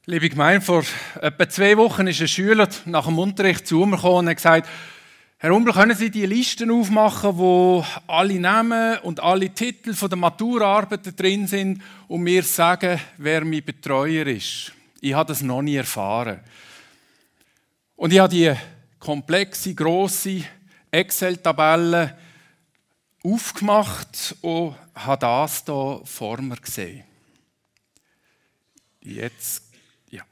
Liebe Gemeinde, vor etwa 2 Wochen ist ein Schüler nach dem Unterricht zu mir gekommen und hat gesagt, Herr Umbel, können Sie die Listen aufmachen, wo alle Namen und alle Titel von der Maturarbeiten drin sind und mir sagen, wer mein Betreuer ist? Ich habe das noch nie erfahren. Und ich habe die komplexe, grosse Excel-Tabelle aufgemacht und habe das hier vor mir gesehen. Jetzt, jawohl.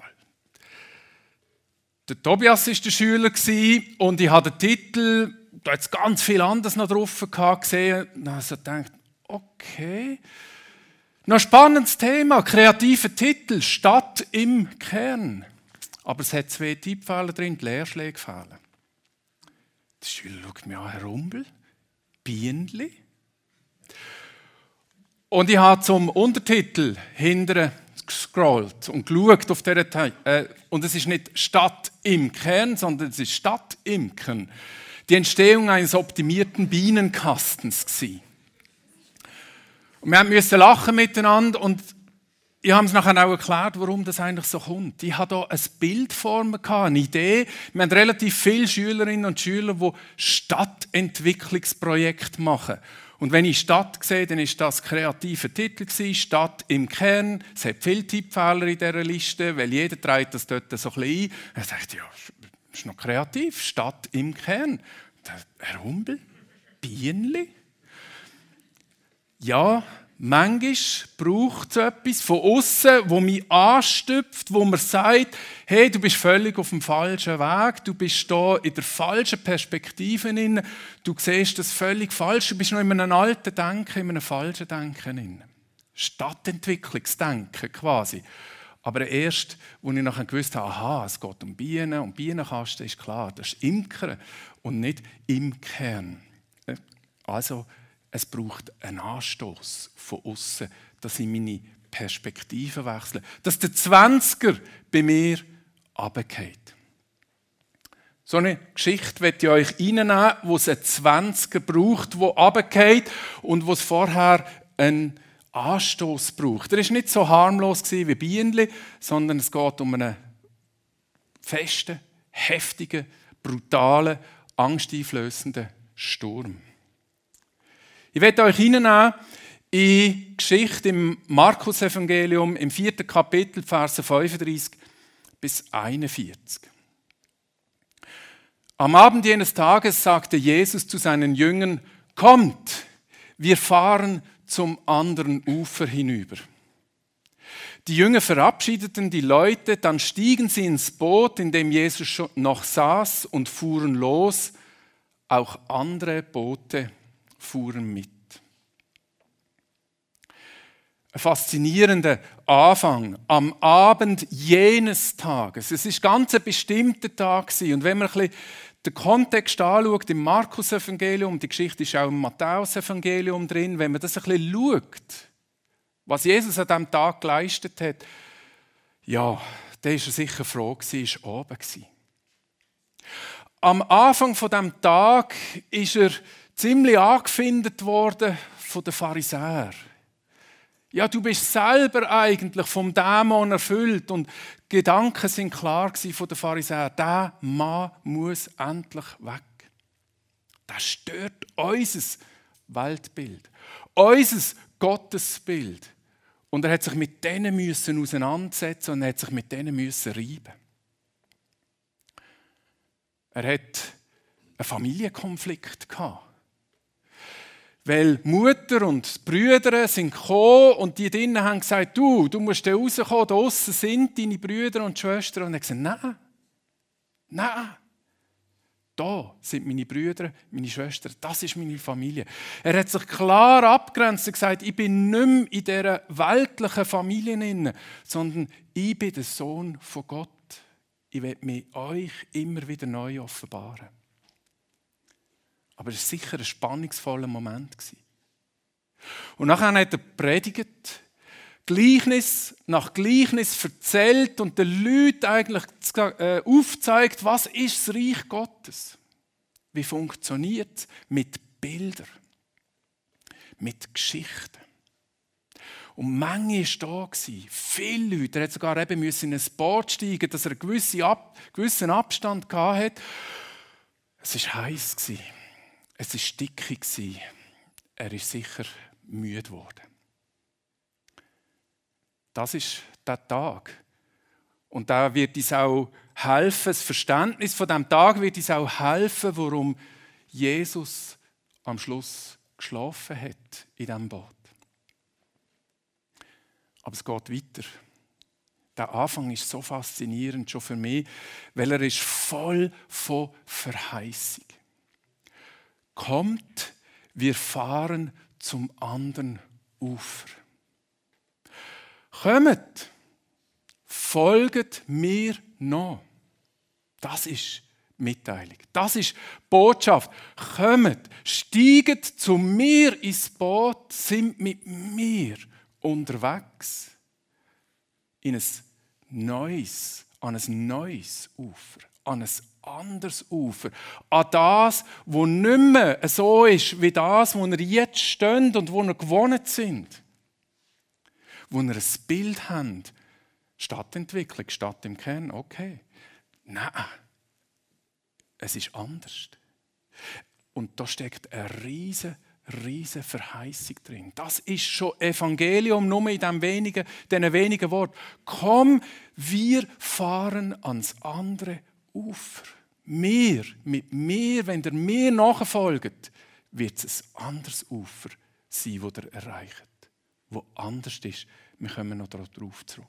Der Tobias war der Schüler und ich habe den Titel, da hat es ganz viel anderes noch drauf gesehen. Und dann habe ich gedacht, okay. Noch ein spannendes Thema, kreativer Titel, Stadt im Kern. Aber es hat 2 Tippfehler drin, die Leerschläge fehlen. Der Schüler schaut mich an, Herr Umbel, Bienenli. Und ich habe zum Untertitel hinterher gescrollt und geschaut auf dieser und es ist nicht Stadt im Kern, sondern es ist Stadtimkern. Die Entstehung eines optimierten Bienenkastens gewesen. Und wir mussten lachen miteinander und ich habe es nachher auch erklärt, warum das eigentlich so kommt. Ich hatte hier ein Bild vor mir, eine Idee. Wir haben relativ viele Schülerinnen und Schüler, die Stadtentwicklungsprojekte machen. Und wenn ich Stadt sehe, dann ist das kreative Titel gewesen, Stadt im Kern. Es hat viele Tippfehler in dieser Liste, weil jeder trägt das dort so ein bisschen ein. Er sagt, ja, das ist noch kreativ, Stadt im Kern. Herr Umbel, Bienenli? Ja, manchmal braucht es etwas von außen, wo mich anstüpft, wo mir sagt, hey, du bist völlig auf dem falschen Weg, du bist da in der falschen Perspektive drin, du siehst das völlig falsch, du bist noch in einem alten Denken, in einem falschen Denken drin. Stadtentwicklungsdenken quasi. Aber erst, als ich nachher gewusst habe, aha, es geht um Bienen und Bienenkasten, ist klar, das ist Imkern und nicht im Kern. Also, es braucht einen Anstoß von außen, dass ich meine Perspektive wechsle. Dass der 20er bei mir runterfällt. So eine Geschichte möchte ich euch reinnehmen, wo es einen 20er braucht, der runterfällt und wo es vorher einen Anstoß braucht. Er war nicht so harmlos wie Bienenli, sondern es geht um einen festen, heftigen, brutalen, angsteinflößenden Sturm. Ich werde euch hineinnehmen in die Geschichte im Markus-Evangelium im 4. Kapitel, Verse 35 bis 41. Am Abend jenes Tages sagte Jesus zu seinen Jüngern, kommt, wir fahren zum anderen Ufer hinüber. Die Jünger verabschiedeten die Leute, dann stiegen sie ins Boot, in dem Jesus noch saß, und fuhren los. Auch andere Boote fuhren mit. Ein faszinierender Anfang am Abend jenes Tages. Es ist ganz ein bestimmter Tag gewesen. Und wenn man ein bisschen den Kontext anschaut im Markus-Evangelium, die Geschichte ist auch im Matthäus-Evangelium drin, wenn man das ein bisschen schaut, was Jesus an diesem Tag geleistet hat, ja, dann war er sicher froh gewesen, war oben gewesen. Am Anfang von diesem Tag ist er ziemlich angefindet worden von den Pharisäern. Ja, du bist selber eigentlich vom Dämon erfüllt und die Gedanken sind klar von den Pharisäern. Der Mann muss endlich weg. Das stört unser Weltbild, unser Gottesbild. Und er hat sich mit denen auseinandersetzen und er hat sich mit denen reiben. Er hat einen Familienkonflikt gehabt. Weil Mutter und Brüder sind gekommen und die drinnen haben gesagt, du musst da rauskommen, da aussen sind deine Brüder und Schwestern. Und er hat gesagt, nein, da sind meine Brüder, meine Schwestern, das ist meine Familie. Er hat sich klar abgegrenzt und gesagt, ich bin nicht mehr in dieser weltlichen Familie drin, sondern ich bin der Sohn von Gott. Ich werde mich euch immer wieder neu offenbaren. Aber es war sicher ein spannungsvoller Moment. Und nachher hat er predigt, Gleichnis nach Gleichnis erzählt und den Leuten eigentlich aufgezeigt, was ist das Reich Gottes? Wie funktioniert es mit Bildern, mit Geschichten? Und die Menge war da. Viele Leute. Er musste sogar eben in ein Boot steigen, dass er einen gewissen Abstand hatte. Es war heiß. Es war stickig. Er ist sicher müde geworden. Das ist der Tag. Und da wird uns auch helfen, das Verständnis von diesem Tag wird uns auch helfen, warum Jesus am Schluss geschlafen hat in diesem Boot. Aber es geht weiter. Der Anfang ist so faszinierend schon für mich, weil er ist voll von Verheißung. Kommt, wir fahren zum anderen Ufer. Kommt, folgt mir nach. Das ist Mitteilung. Das ist Botschaft. Kommt, steigt zu mir ins Boot, sind mit mir unterwegs in an ein neues Ufer, an ein anderes Ufer, an das, wo nicht mehr so ist wie das, wo wir jetzt stehen und wo wir gewohnt sind, wo wir ein Bild haben, Stadtentwicklung, Stadt im Kern, okay. Nein, es ist anders. Und da steckt eine riesige Verheißung drin. Das ist schon Evangelium, nur in diesen wenigen Worten. Komm, wir fahren ans andere Ufer. Mit mir, wenn ihr mir nachfolgt, wird es ein anderes Ufer sein, das ihr erreicht. Wo anders ist. Wir kommen noch darauf zurück.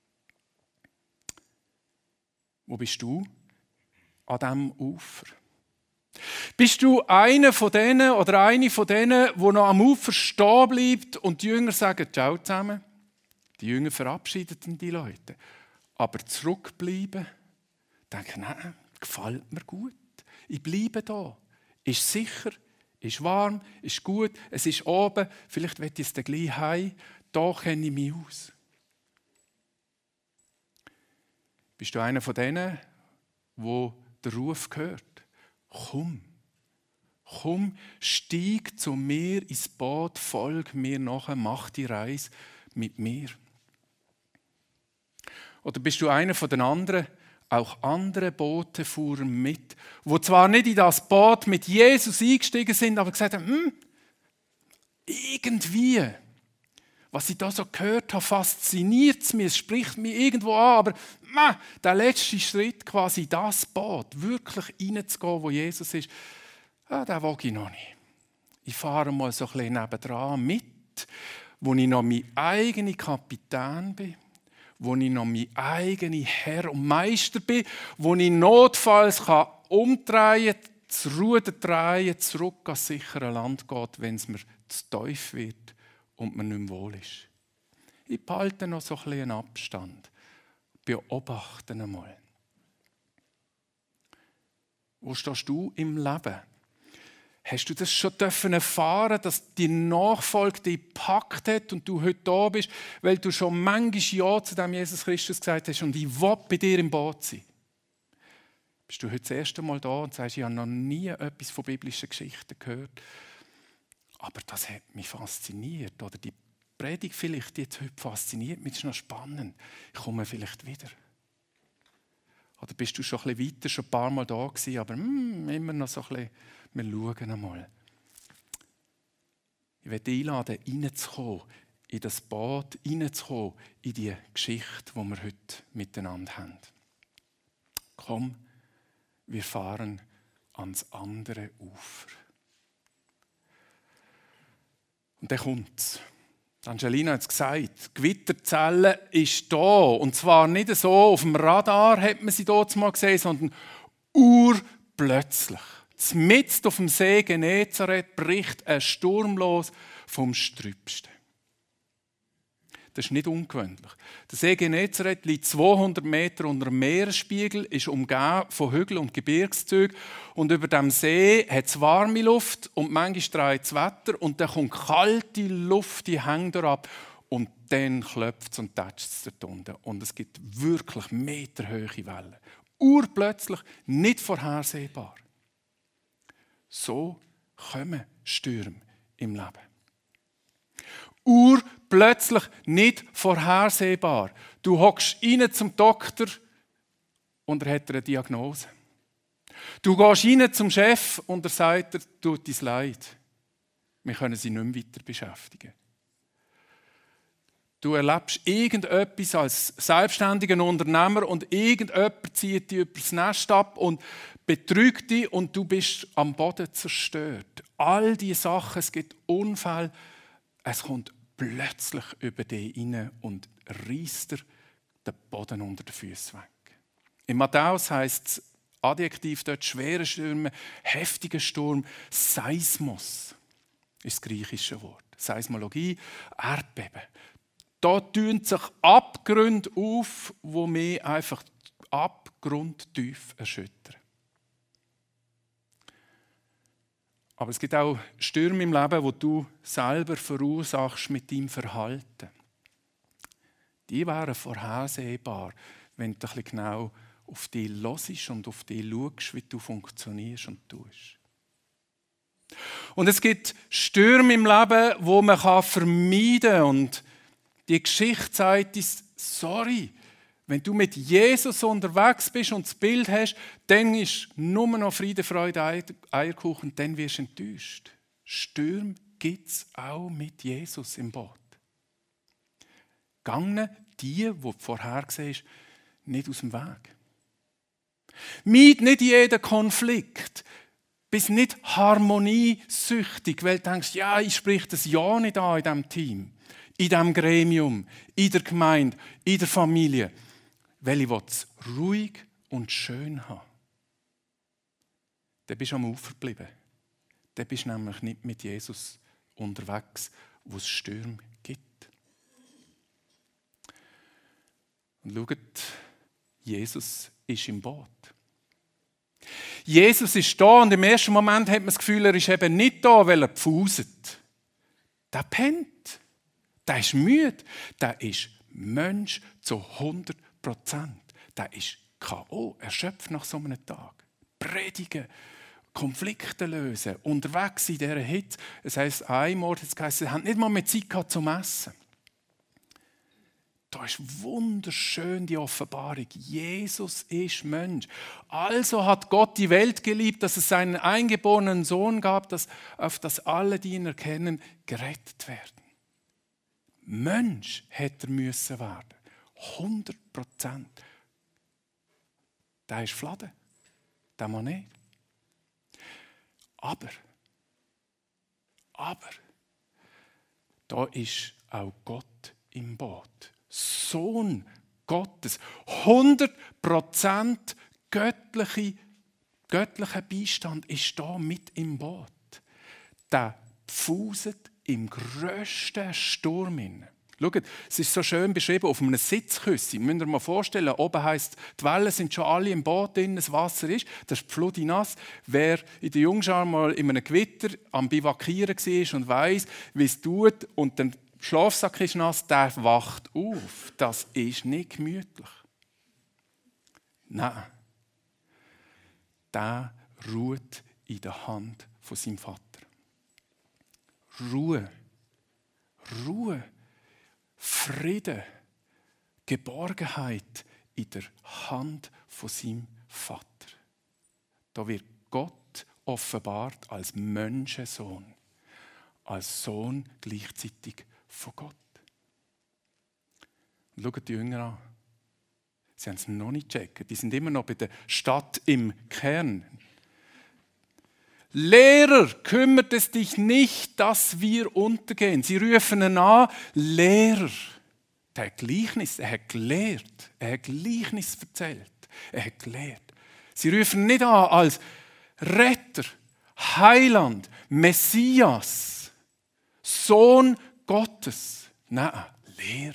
Wo bist du? An diesem Ufer. Bist du einer von denen oder eine von denen, die noch am Ufer stehen bleibt und die Jünger sagen, ciao zusammen? Die Jünger verabschieden die Leute. Aber zurückbleiben, denken, nein, gefällt mir gut. Ich bleibe da. Ist sicher, ist warm, ist gut, es ist oben, vielleicht will ich es dann gleich heim. Da kenne ich mich aus. Bist du einer von denen, wo der Ruf hört? Komm, steig zu mir ins Boot, folg mir nachher, mach die Reise mit mir. Oder bist du einer von den anderen? Auch andere Boote fuhren mit, wo zwar nicht in das Boot mit Jesus eingestiegen sind, aber gesagt haben, irgendwie, was ich da so gehört habe, fasziniert es mich, es spricht mich irgendwo an, aber der letzte Schritt, quasi in das Boot, wirklich reinzugehen, wo Jesus ist, den wage ich noch nicht. Ich fahre mal so ein bisschen nebendran mit, wo ich noch mein eigener Kapitän bin, wo ich noch mein eigener Herr und Meister bin, wo ich notfalls umdrehen kann, das Ruder drehen, zurück ans sichere Land geht, wenn es mir zu tief wird und mir nicht mehr wohl ist. Ich behalte noch so ein bisschen Abstand. Beobachte einmal. Wo stehst du im Leben? Hast du das schon erfahren, dass die Nachfolge dich gepackt hat und du heute da bist, weil du schon manchmal Ja zu dem Jesus Christus gesagt hast und ich will bei dir im Boot sein? Bist du heute das erste Mal da und sagst, ich habe noch nie etwas von biblischen Geschichten gehört, aber das hat mich fasziniert. Oder die Predigt vielleicht jetzt heute fasziniert mich, das ist noch spannend. Ich komme vielleicht wieder. Oder bist du schon ein bisschen weiter, schon ein paar Mal da gewesen, aber immer noch so ein bisschen, wir schauen einmal. Ich werde dich einladen, reinzukommen, in das Boot, reinzukommen, in die Geschichte, die wir heute miteinander haben. Komm, wir fahren ans andere Ufer. Und dann kommt es. Angelina hat es gesagt, die Gewitterzelle ist da. Und zwar nicht so auf dem Radar, hat man sie dort mal gesehen, sondern urplötzlich. Mitten auf dem See Genezareth bricht ein Sturm los vom Strübsten. Das ist nicht ungewöhnlich. Der See Genezareth liegt 200 Meter unter dem Meeresspiegel, ist umgeben von Hügeln und Gebirgszügen. Und über dem See hat es warme Luft und manchmal dreht das Wetter. Und dann kommt kalte Luft, die hängt ab. Und dann klopft es und tätscht es dort unten. Und es gibt wirklich meterhohe Wellen. Urplötzlich, nicht vorhersehbar. So kommen Stürme im Leben. plötzlich nicht vorhersehbar. Du hockst rein zum Doktor und er hat eine Diagnose. Du gehst rein zum Chef und er sagt dir, tut dein Leid. Wir können sie nicht mehr weiter beschäftigen. Du erlebst irgendetwas als selbstständiger Unternehmer und irgendjemand zieht dich übers Nest ab und betrügt dich und du bist am Boden zerstört. All diese Sachen, es gibt Unfälle, es kommt plötzlich über dich rein und reißt dir den Boden unter den Füßen weg. In Matthäus heisst es Adjektiv dort schwere Stürme, heftiger Sturm, Seismos ist das griechische Wort. Seismologie, Erdbeben. Da tun sich Abgründe auf, die mich einfach abgrundtief erschüttern. Aber es gibt auch Stürme im Leben, die du selber verursachst mit deinem Verhalten. Die wären vorhersehbar, wenn du ein bisschen genau auf dich hörst und auf dich schaust, wie du funktionierst und tust. Und es gibt Stürme im Leben, die man vermeiden kann. Und die Geschichte sagt uns, sorry, wenn du mit Jesus unterwegs bist und das Bild hast, dann ist nur noch Friede, Freude, Eierkuchen, dann wirst du enttäuscht. Stürme gibt es auch mit Jesus im Boot. Gange die du vorher siehst, nicht aus dem Weg. Meid nicht jeden Konflikt. Bist nicht harmoniesüchtig, weil du denkst, ja, ich spreche das Ja nicht an in diesem Team, in diesem Gremium, in der Gemeinde, in der Familie. Weil ich es ruhig und schön haben. Dann bist du am Ufer geblieben. Dann bist du nämlich nicht mit Jesus unterwegs, wo es Stürme gibt. Und schaut, Jesus ist im Boot. Jesus ist da und im ersten Moment hat man das Gefühl, er ist eben nicht da, weil er pfuset. Der pennt. Der ist müde. Der ist Mensch zu 100%. Der ist K.O., erschöpft nach so einem Tag. Predigen, Konflikte lösen, unterwegs in dieser Hitze. Das heisst, einmal hat es geheißen, sie haben nicht mal mehr Zeit gehabt zum Essen. Da ist wunderschön die Offenbarung. Jesus ist Mensch. Also hat Gott die Welt geliebt, dass es seinen eingeborenen Sohn gab, auf das alle, die ihn erkennen, gerettet werden. Mensch hätte er müssen werden. 100%. Der ist Flade. Der muss nicht. Aber, da ist auch Gott im Boot. Sohn Gottes. 100% göttlicher Beistand ist da mit im Boot. Der pfuset im grössten Sturm. Schaut, es ist so schön beschrieben auf einem Sitzküssi. Müsst ihr mal vorstellen, oben heisst, die Wellen sind schon alle im Boot drin, das Wasser ist, das ist flutinass. Wer in der Jungschar mal in einem Gewitter am Bivakieren war und weiss, wie es tut und der Schlafsack ist nass, der wacht auf. Das ist nicht gemütlich. Nein. Der ruht in der Hand von seinem Vater. Ruhe. Friede, Geborgenheit in der Hand von seinem Vater. Da wird Gott offenbart als Menschensohn, als Sohn gleichzeitig von Gott. Und schaut die Jünger an. Sie haben es noch nicht gecheckt. Die sind immer noch bei der Stadt im Kern. Lehrer, kümmert es dich nicht, dass wir untergehen. Sie rufen ihn an, Lehrer. Der hat Gleichnis, er hat gelehrt, er hat Gleichnis erzählt, er hat gelehrt. Sie rufen ihn nicht an als Retter, Heiland, Messias, Sohn Gottes. Nein, Lehrer.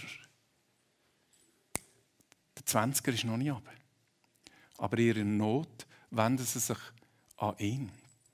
Der 20er ist noch nicht runter. Aber in ihrer Not wenden sie sich an ihn.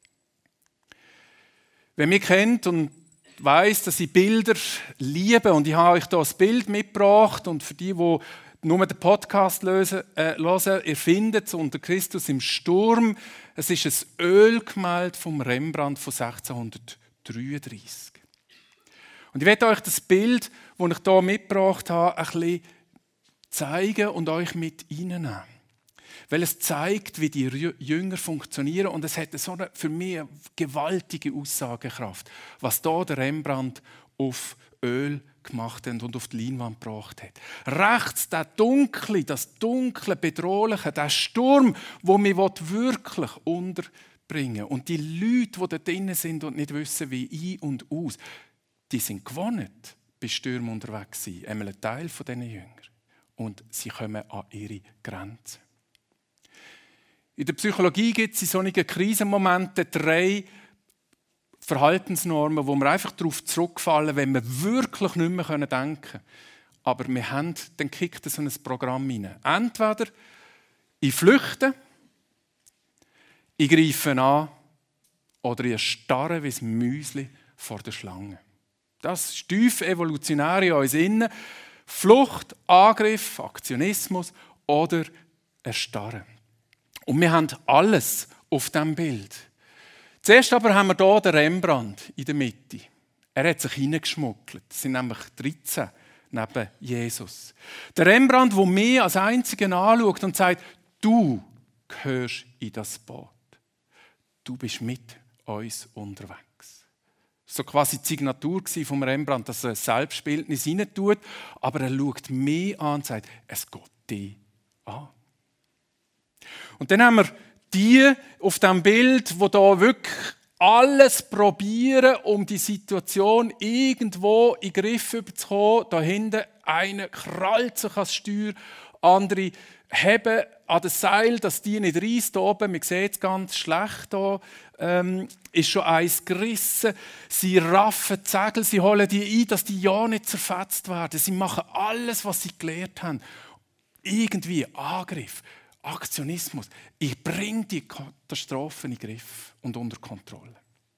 Wer mich kennt und weiss, dass ich Bilder liebe, und ich habe euch hier ein Bild mitgebracht, und für die nur den Podcast hören, ihr findet es unter Christus im Sturm. Es ist ein Ölgemälde vom Rembrandt von 1633. Und ich werde euch das Bild, das ich hier mitgebracht habe, ein bisschen zeigen und euch mit reinnehmen. Weil es zeigt, wie die Jünger funktionieren und es hat so eine, für mich eine gewaltige Aussagekraft, was da der Rembrandt auf Öl gemacht hat und auf die Leinwand gebracht hat. Rechts das dunkle, bedrohliche, der Sturm, wo mich wirklich unterbringen will. Und die Leute, die da drinnen sind und nicht wissen, wie ein und aus, die sind gewohnt, bei Stürmen unterwegs zu sein. Einmal ein Teil von diesen Jüngern. Und sie kommen an ihre Grenzen. In der Psychologie gibt es in solchen Krisenmomenten 3 Verhaltensnormen, wo wir einfach darauf zurückfallen, wenn wir wirklich nicht mehr denken können. Aber wir haben, dann kickt so ein Programm rein. Entweder ich flüchte, ich greife an oder ich erstarre wie das Müsli vor der Schlange. Das ist tief evolutionär in uns innen. Flucht, Angriff, Aktionismus oder Erstarren. Und wir haben alles auf diesem Bild. Zuerst aber haben wir hier den Rembrandt in der Mitte. Er hat sich hineingeschmuggelt. Es sind nämlich 13 neben Jesus. Der Rembrandt, der mich als Einzigen anschaut und sagt, du gehörst in das Boot. Du bist mit uns unterwegs. So quasi die Signatur von Rembrandt, dass er ein Selbstbildnis hineintut, aber er schaut mich an und sagt, es geht dich an. Und dann haben wir die auf dem Bild, die da wirklich alles probieren, um die Situation irgendwo in den Griff zu bekommen. Da hinten einer krallt sich ans Steuer, andere heben an das Seil, dass die nicht reißt. Hier oben, man sieht es ganz schlecht hier, ist schon eins gerissen. Sie raffen die Segel, sie holen die ein, dass die ja nicht zerfetzt werden. Sie machen alles, was sie gelernt haben. Irgendwie Angriff. Aktionismus. Ich bringe die Katastrophe in den Griff und unter Kontrolle.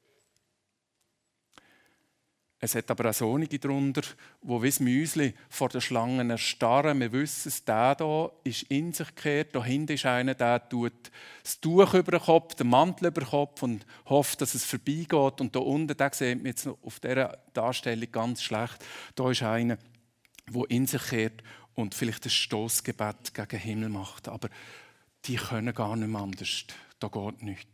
Es hat aber auch solche darunter, die wie das Müsli vor den Schlangen erstarren. Wir wissen es, der hier ist in sich gekehrt. Da hinten ist einer, der tut das Tuch über den Kopf, den Mantel über den Kopf und hofft, dass es vorbeigeht. Und da unten, den sieht man jetzt auf dieser Darstellung ganz schlecht, da ist einer, der in sich kehrt und vielleicht ein Stossgebet gegen den Himmel macht. Aber die können gar nicht mehr anders. Da geht nichts.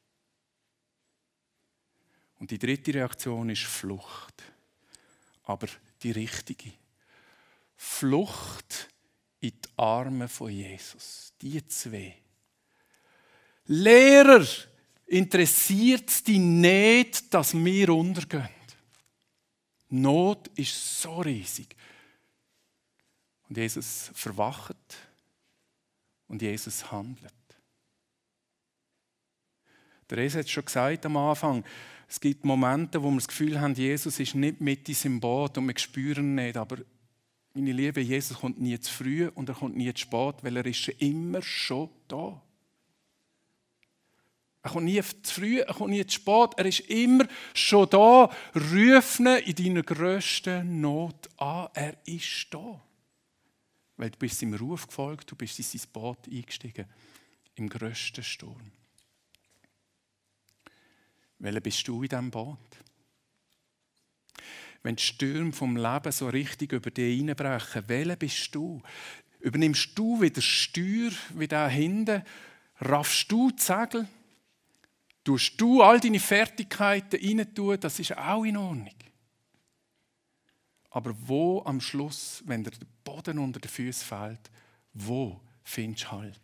Und die dritte Reaktion ist Flucht. Aber die richtige. Flucht in die Arme von Jesus. Die 2. Lehrer, interessiert es dich nicht, dass wir untergehen? Not ist so riesig. Und Jesus verwacht und Jesus handelt. Der Jesus hat es schon gesagt am Anfang, es gibt Momente, wo wir das Gefühl haben, Jesus ist nicht mit in seinem Boot und wir spüren ihn nicht. Aber meine Liebe, Jesus kommt nie zu früh und er kommt nie zu spät, weil er ist schon immer schon da. Er kommt nie zu früh, er kommt nie zu spät, er ist immer schon da. Ruf ihn in deiner grössten Not an, er ist da. Weil du bist seinem Ruf gefolgt, du bist in sein Boot eingestiegen, im grössten Sturm. Welcher bist du in diesem Boot? Wenn die Stürme vom Leben so richtig über dich hineinbrechen, welcher bist du? Übernimmst du wieder Steuer wie da hinten? Raffst du die Segel? Tust du all deine Fertigkeiten reintun? Das ist auch in Ordnung. Aber wo am Schluss, wenn dir der Boden unter den Füßen fällt, wo findest du Halt?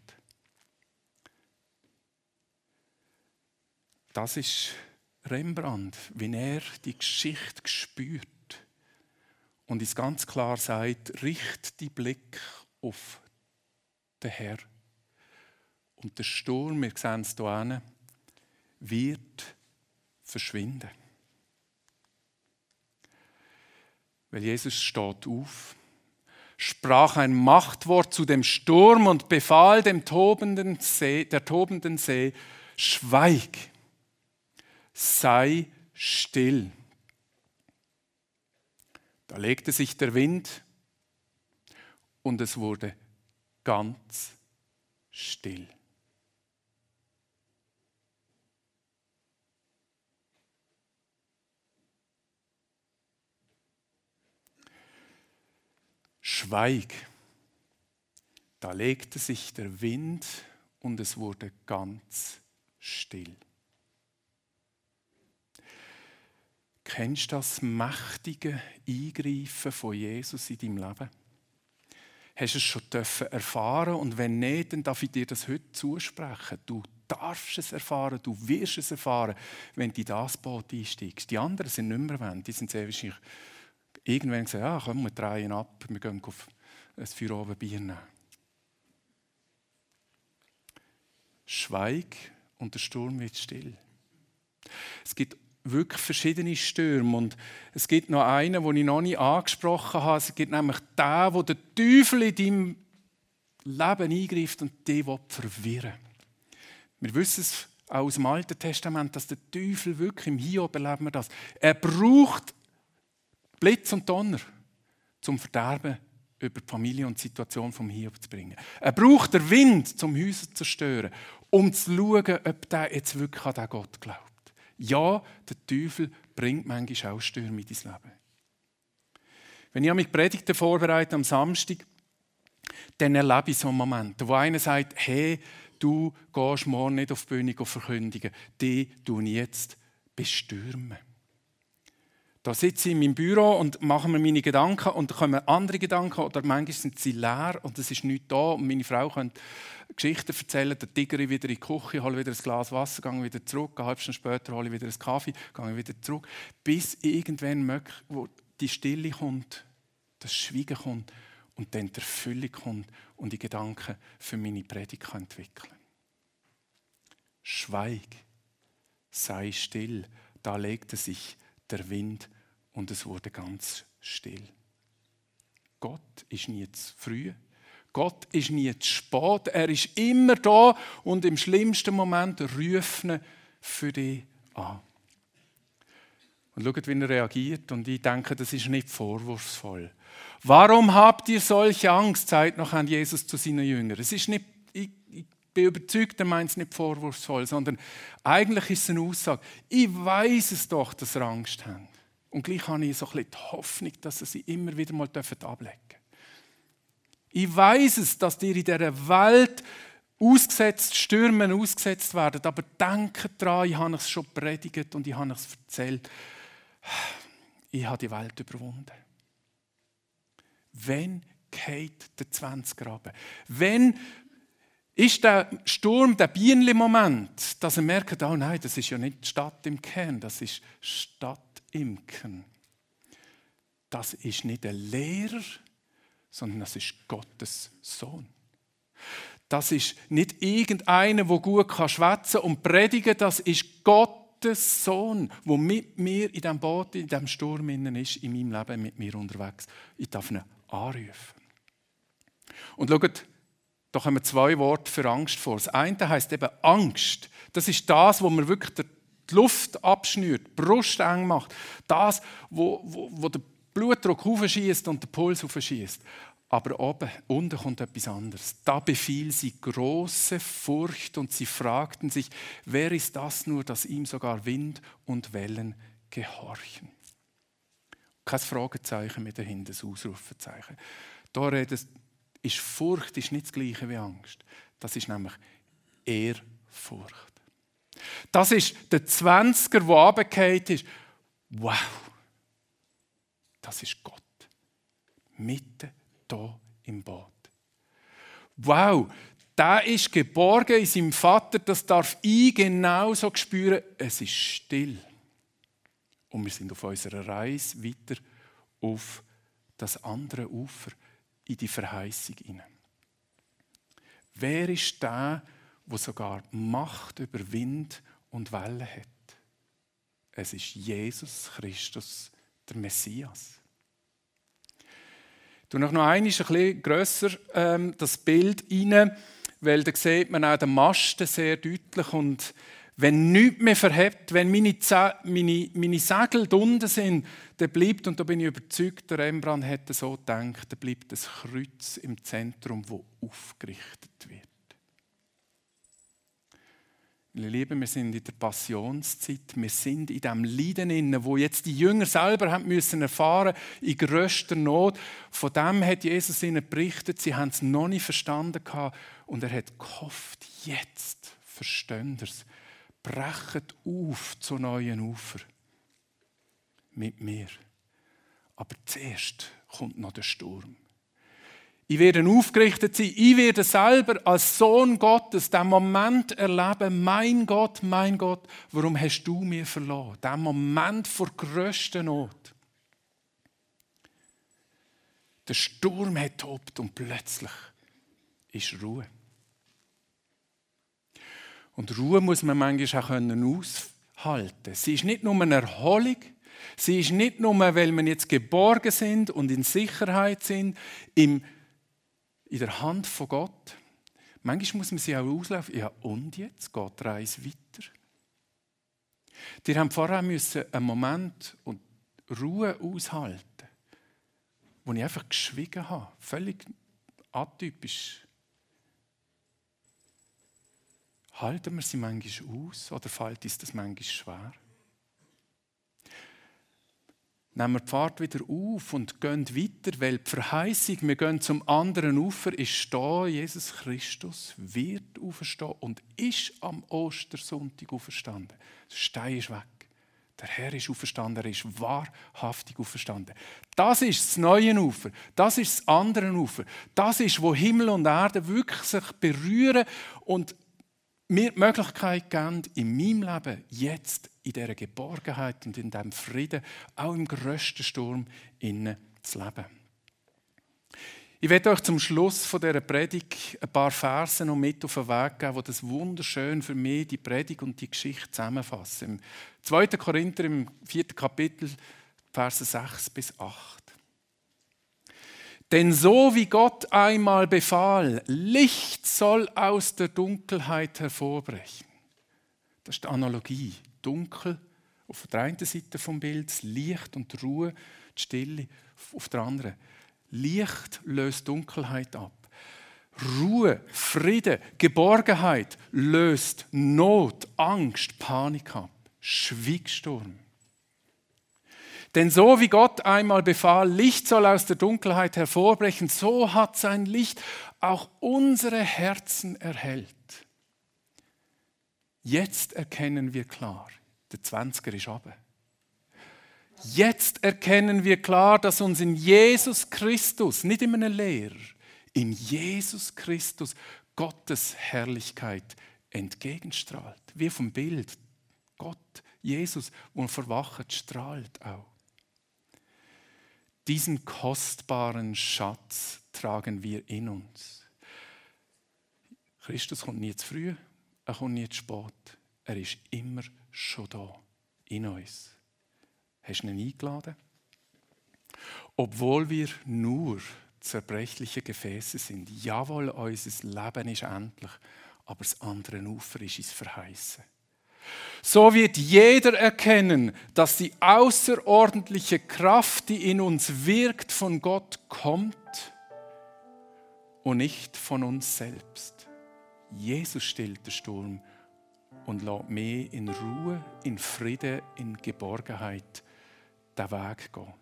Das ist Rembrandt, wie er die Geschichte spürt und uns ganz klar sagt, richte die Blick auf den Herrn. Und der Sturm, wir sehen es hier hinten, wird verschwinden. Weil Jesus steht auf, sprach ein Machtwort zu dem Sturm und befahl der tobenden See, schweig, sei still. Da legte sich der Wind und es wurde ganz still. Schweig. Da legte sich der Wind und es wurde ganz still. Kennst du das mächtige Eingreifen von Jesus in deinem Leben? Hast du es schon erfahren? Und wenn nicht, dann darf ich dir das heute zusprechen. Du darfst es erfahren, du wirst es erfahren, wenn du in das Boot einsteigst. Die anderen sind nicht mehr wenn, die sind sehr wahrscheinlich irgendwann gesagt, ja, komm, wir drehen ab, wir gehen auf ein Feierabendbier nehmen. Schweig und der Sturm wird still. Es gibt wirklich verschiedene Stürme und es gibt noch einen, den ich noch nicht angesprochen habe. Es gibt nämlich den, wo der Teufel in deinem Leben eingreift und dich verwirren will. Wir wissen es auch aus dem Alten Testament, dass der Teufel wirklich, im Hiob erleben wir das, er braucht Blitz und Donner zum Verderben über die Familie und die Situation vom Hiob zu bringen. Er braucht den Wind, zum Häuser zu zerstören, um zu schauen, ob der jetzt wirklich an diesen Gott glaubt. Ja, der Teufel bringt manchmal auch Stürme in dein Leben. Wenn ich mich Predigten vorbereite am Samstag, dann erlebe ich so Momente, wo einer sagt, hey, du gehst morgen nicht auf die Bühne verkündigen, die tue ich jetzt bestürmen. Da sitze ich in meinem Büro und mache mir meine Gedanken und da kommen andere Gedanken oder manchmal sind sie leer und es ist nichts da und meine Frau könnte Geschichten erzählen, dann tigere ich wieder in die Küche, hole wieder ein Glas Wasser, gehe wieder zurück, eine halbe Stunde später hole ich wieder einen Kaffee, gehe wieder zurück, bis irgendwann wo die Stille kommt, das Schweigen kommt und dann die Erfüllung kommt und die Gedanken für meine Predigt entwickeln. Schweig, sei still, da legte sich der Wind und es wurde ganz still. Gott ist nie zu früh, Gott ist nie zu spät, er ist immer da und im schlimmsten Moment ruft er für dich an. Und schaut, wie er reagiert und ich denke, das ist nicht vorwurfsvoll. Warum habt ihr solche Angst, sagt noch an Jesus zu seinen Jüngern. Es ist nicht, ich bin überzeugt, er meint es nicht vorwurfsvoll, sondern eigentlich ist es eine Aussage. Ich weiß es doch, dass ihr Angst habt. Und gleich habe ich so ein bisschen die Hoffnung, dass sie immer wieder mal ablegen dürfen. Ich weiß es, dass ihr in dieser Welt Stürmen ausgesetzt werdet, aber denkt daran, ich habe es schon predigt und ich habe es erzählt. Ich habe die Welt überwunden. Wenn geht der 20er runter? Wenn ist der Sturm, der Bienenli-Moment, dass er merkt, oh nein, das ist ja nicht Stadt im Kern, das ist Stadt im Kern. Das ist nicht ein Lehrer, sondern das ist Gottes Sohn. Das ist nicht irgendeiner, der gut schwätzen und predigen kann, das ist Gottes Sohn, der mit mir in diesem Boot, in diesem Sturm ist, in meinem Leben mit mir unterwegs. Ich darf ihn anrufen. Und schaut, da kommen 2 Worte für Angst vor. Das eine heisst eben Angst. Das ist das, wo man wirklich die Luft abschnürt, die Brust eng macht. Das, wo der Blutdruck hochschießt und der Puls hochschießt. Aber unten kommt etwas anderes. Da befiel sie große Furcht und sie fragten sich, wer ist das nur, dass ihm sogar Wind und Wellen gehorchen? Kein Fragezeichen mehr dahinter, das Ausrufezeichen. Da ist Furcht ist nicht das Gleiche wie Angst. Das ist nämlich Ehrfurcht. Das ist der 20er, der runtergefallen ist. Wow, das ist Gott. Mitten hier im Boot. Wow, der ist geborgen in seinem Vater, das darf ich genauso spüren. Es ist still. Und wir sind auf unserer Reise weiter auf das andere Ufer, in die Verheißung hinein. Wer ist der, der sogar Macht über Wind und Wellen hat? Es ist Jesus Christus, der Messias. Ich noch einmal ein bisschen grösser das Bild rein, weil da sieht man auch den Masten sehr deutlich. Und wenn nichts mehr verhebt, wenn meine Segel unten sind, dann bleibt, und da bin ich überzeugt, der Rembrandt hätte so gedacht, dann bleibt das Kreuz im Zentrum, das aufgerichtet wird. Meine Lieben, wir sind in der Passionszeit, wir sind in dem Leiden inne, wo jetzt die Jünger selber haben müssen erfahren, in grösster Not. Von dem hat Jesus ihnen berichtet, sie haben es noch nicht verstanden gehabt und er hat gehofft, jetzt verstehen sie es. Brechet auf zu neuen Ufer mit mir. Aber zuerst kommt noch der Sturm. Ich werde aufgerichtet sein. Ich werde selber als Sohn Gottes den Moment erleben, mein Gott, warum hast du mir verloren? Den Moment vor grösster Not. Der Sturm hat tobt und plötzlich ist Ruhe. Und Ruhe muss man manchmal auch aushalten. Sie ist nicht nur eine Erholung, sie ist nicht nur, weil wir jetzt geborgen sind und in Sicherheit sind, in der Hand von Gott. Manchmal muss man sie auch auslaufen. Ja, und jetzt geht die Reise weiter. Die haben vorher einen Moment und Ruhe aushalten, wo ich einfach geschwiegen habe. Völlig atypisch. Halten wir sie manchmal aus oder fällt uns das manchmal schwer? Nehmen wir die Fahrt wieder auf und gehen weiter, weil die Verheißung, wir gehen zum anderen Ufer, ist da, Jesus Christus wird auferstehen und ist am Ostersonntag auferstanden. Der Stein ist weg. Der Herr ist auferstanden, er ist wahrhaftig auferstanden. Das ist das neue Ufer, das ist das andere Ufer. Das ist, wo Himmel und Erde wirklich sich berühren und mir die Möglichkeit geben, in meinem Leben jetzt in dieser Geborgenheit und in diesem Frieden, auch im grössten Sturm, innen zu leben. Ich werde euch zum Schluss von dieser Predigt ein paar Verse noch mit auf den Weg geben, die das wunderschön für mich, die Predigt und die Geschichte zusammenfassen. Im 2. Korinther, im 4. Kapitel, Verse 6 bis 8. Denn so wie Gott einmal befahl, Licht soll aus der Dunkelheit hervorbrechen. Das ist die Analogie. Dunkel auf der einen Seite vom Bild, das Licht und die Ruhe, die Stille auf der anderen. Licht löst Dunkelheit ab. Ruhe, Friede, Geborgenheit löst Not, Angst, Panik ab. Schweigsturm. Denn so wie Gott einmal befahl, Licht soll aus der Dunkelheit hervorbrechen, so hat sein Licht auch unsere Herzen erhellt. Jetzt erkennen wir klar, der 20er ist runter. Jetzt erkennen wir klar, dass uns in Jesus Christus, nicht in einem Lehrer, in Jesus Christus Gottes Herrlichkeit entgegenstrahlt. Wie vom Bild. Gott, Jesus, und verwacht, strahlt auch. Diesen kostbaren Schatz tragen wir in uns. Christus kommt nie zu früh, er kommt nie zu spät. Er ist immer schon da, in uns. Hast du ihn eingeladen? Obwohl wir nur zerbrechliche Gefäße sind. Jawohl, unser Leben ist endlich, aber das andere Ufer ist uns verheißen. So wird jeder erkennen, dass die außerordentliche Kraft, die in uns wirkt, von Gott kommt und nicht von uns selbst. Jesus stillt den Sturm und lässt mich in Ruhe, in Friede, in Geborgenheit den Weg gehen.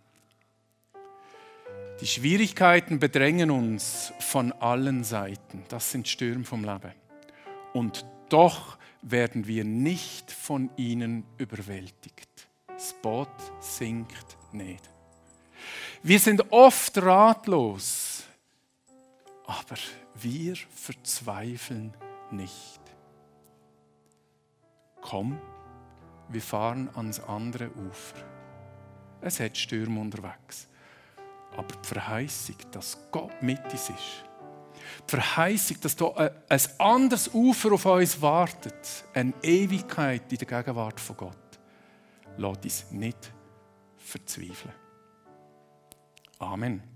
Die Schwierigkeiten bedrängen uns von allen Seiten. Das sind Stürme vom Leben. Und doch werden wir nicht von ihnen überwältigt. Das Boot sinkt nicht. Wir sind oft ratlos, aber wir verzweifeln nicht. Komm, wir fahren ans andere Ufer. Es hat Stürme unterwegs, aber die Verheißung, dass Gott mit uns ist, die Verheißung, dass da ein anderes Ufer auf uns wartet, eine Ewigkeit in der Gegenwart von Gott, lässt uns nicht verzweifeln. Amen.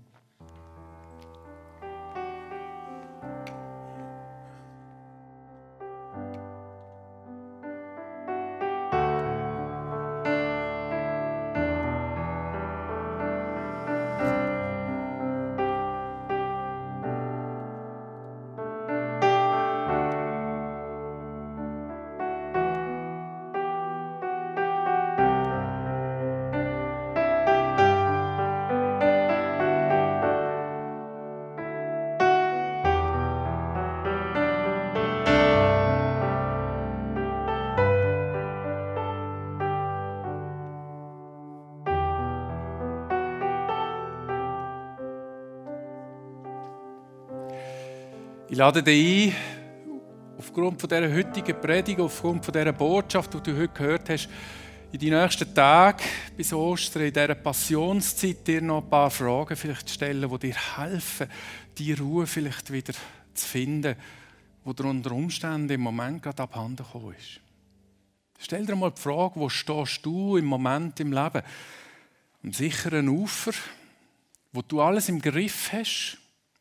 Ich lade dich ein, aufgrund von dieser heutigen Predigt, aufgrund von dieser Botschaft, die du heute gehört hast, in die nächsten Tage bis Ostern, in dieser Passionszeit, dir noch ein paar Fragen vielleicht stellen, die dir helfen, die Ruhe vielleicht wieder zu finden, die dir unter Umständen im Moment gerade abhanden gekommen ist. Stell dir mal die Frage, wo stehst du im Moment im Leben? Am sicheren Ufer, wo du alles im Griff hast?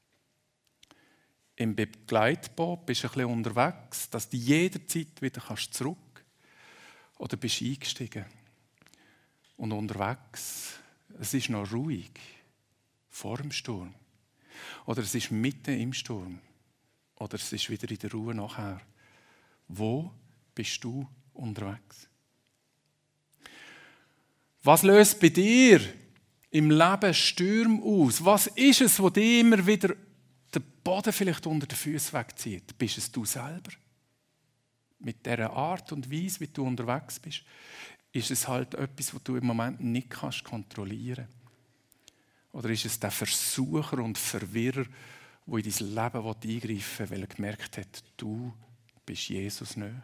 Im Begleitboot bist du ein bisschen unterwegs, dass du jederzeit wieder zurück kannst? Oder bist du eingestiegen und unterwegs? Es ist noch ruhig vor dem Sturm. Oder es ist mitten im Sturm. Oder es ist wieder in der Ruhe nachher. Wo bist du unterwegs? Was löst bei dir im Leben Stürme aus? Was ist es, was dir immer wieder den Boden vielleicht unter den Füßen wegzieht? Bist es du selber? Mit dieser Art und Weise, wie du unterwegs bist, ist es halt etwas, was du im Moment nicht kontrollieren kannst? Oder ist es der Versucher und Verwirrer, der in dein Leben eingreifen will, weil er gemerkt hat, du bist Jesus nahe?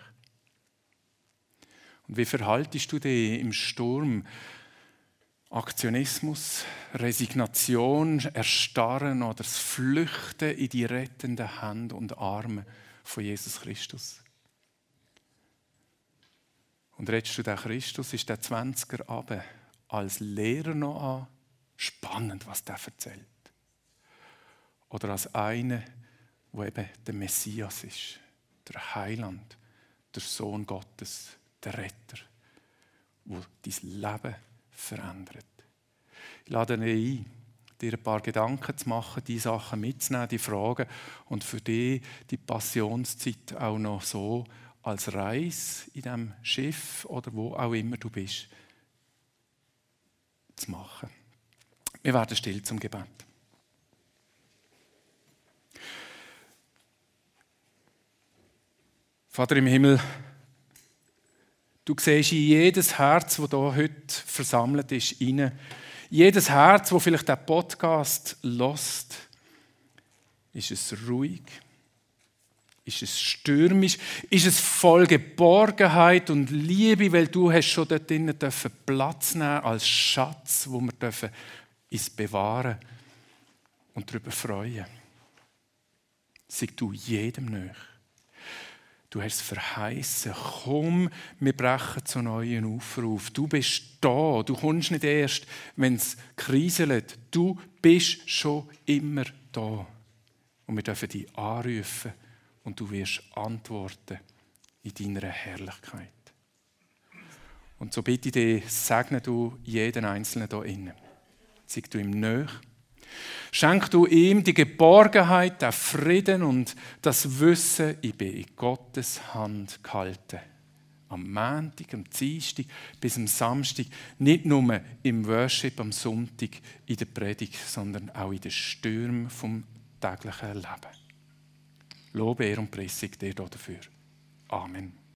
Und wie verhaltest du dich im Sturm? Aktionismus, Resignation, Erstarren oder das Flüchten in die rettenden Hände und Arme von Jesus Christus? Und redest du den Christus, ist der 20er runter als Lehrer noch an? Spannend, was der erzählt. Oder als einer, der eben der Messias ist, der Heiland, der Sohn Gottes, der Retter, der dein Leben verändert. Ich lade dich ein, dir ein paar Gedanken zu machen, die Sachen mitzunehmen, die Fragen und für dich die Passionszeit auch noch so als Reise in diesem Schiff oder wo auch immer du bist, zu machen. Wir werden still zum Gebet. Vater im Himmel, du siehst in jedes Herz, das hier heute versammelt ist, hinein. Jedes Herz, das vielleicht diesen Podcast hört, ist es ruhig? Ist es stürmisch? Ist es voll Geborgenheit und Liebe, weil du hast schon dort drinnen Platz nehmen als Schatz, wo wir dürfen uns bewahren und darüber freuen. Sei du jedem nahe. Du hast es verheißen. Komm, wir brechen zu neuen Ufern auf. Du bist da. Du kommst nicht erst, wenn es kriselt. Du bist schon immer da. Und wir dürfen dich anrufen und du wirst antworten in deiner Herrlichkeit. Und so bitte ich dich, segne du jeden Einzelnen hier innen. Sei du ihm nahe. Schenk du ihm die Geborgenheit, den Frieden und das Wissen, ich bin in Gottes Hand gehalten. Am Montag, am Dienstag bis am Samstag, nicht nur im Worship am Sonntag in der Predigt, sondern auch in den Stürmen vom täglichen Leben. Lobe, Ehre und Preis sei dir dafür. Amen.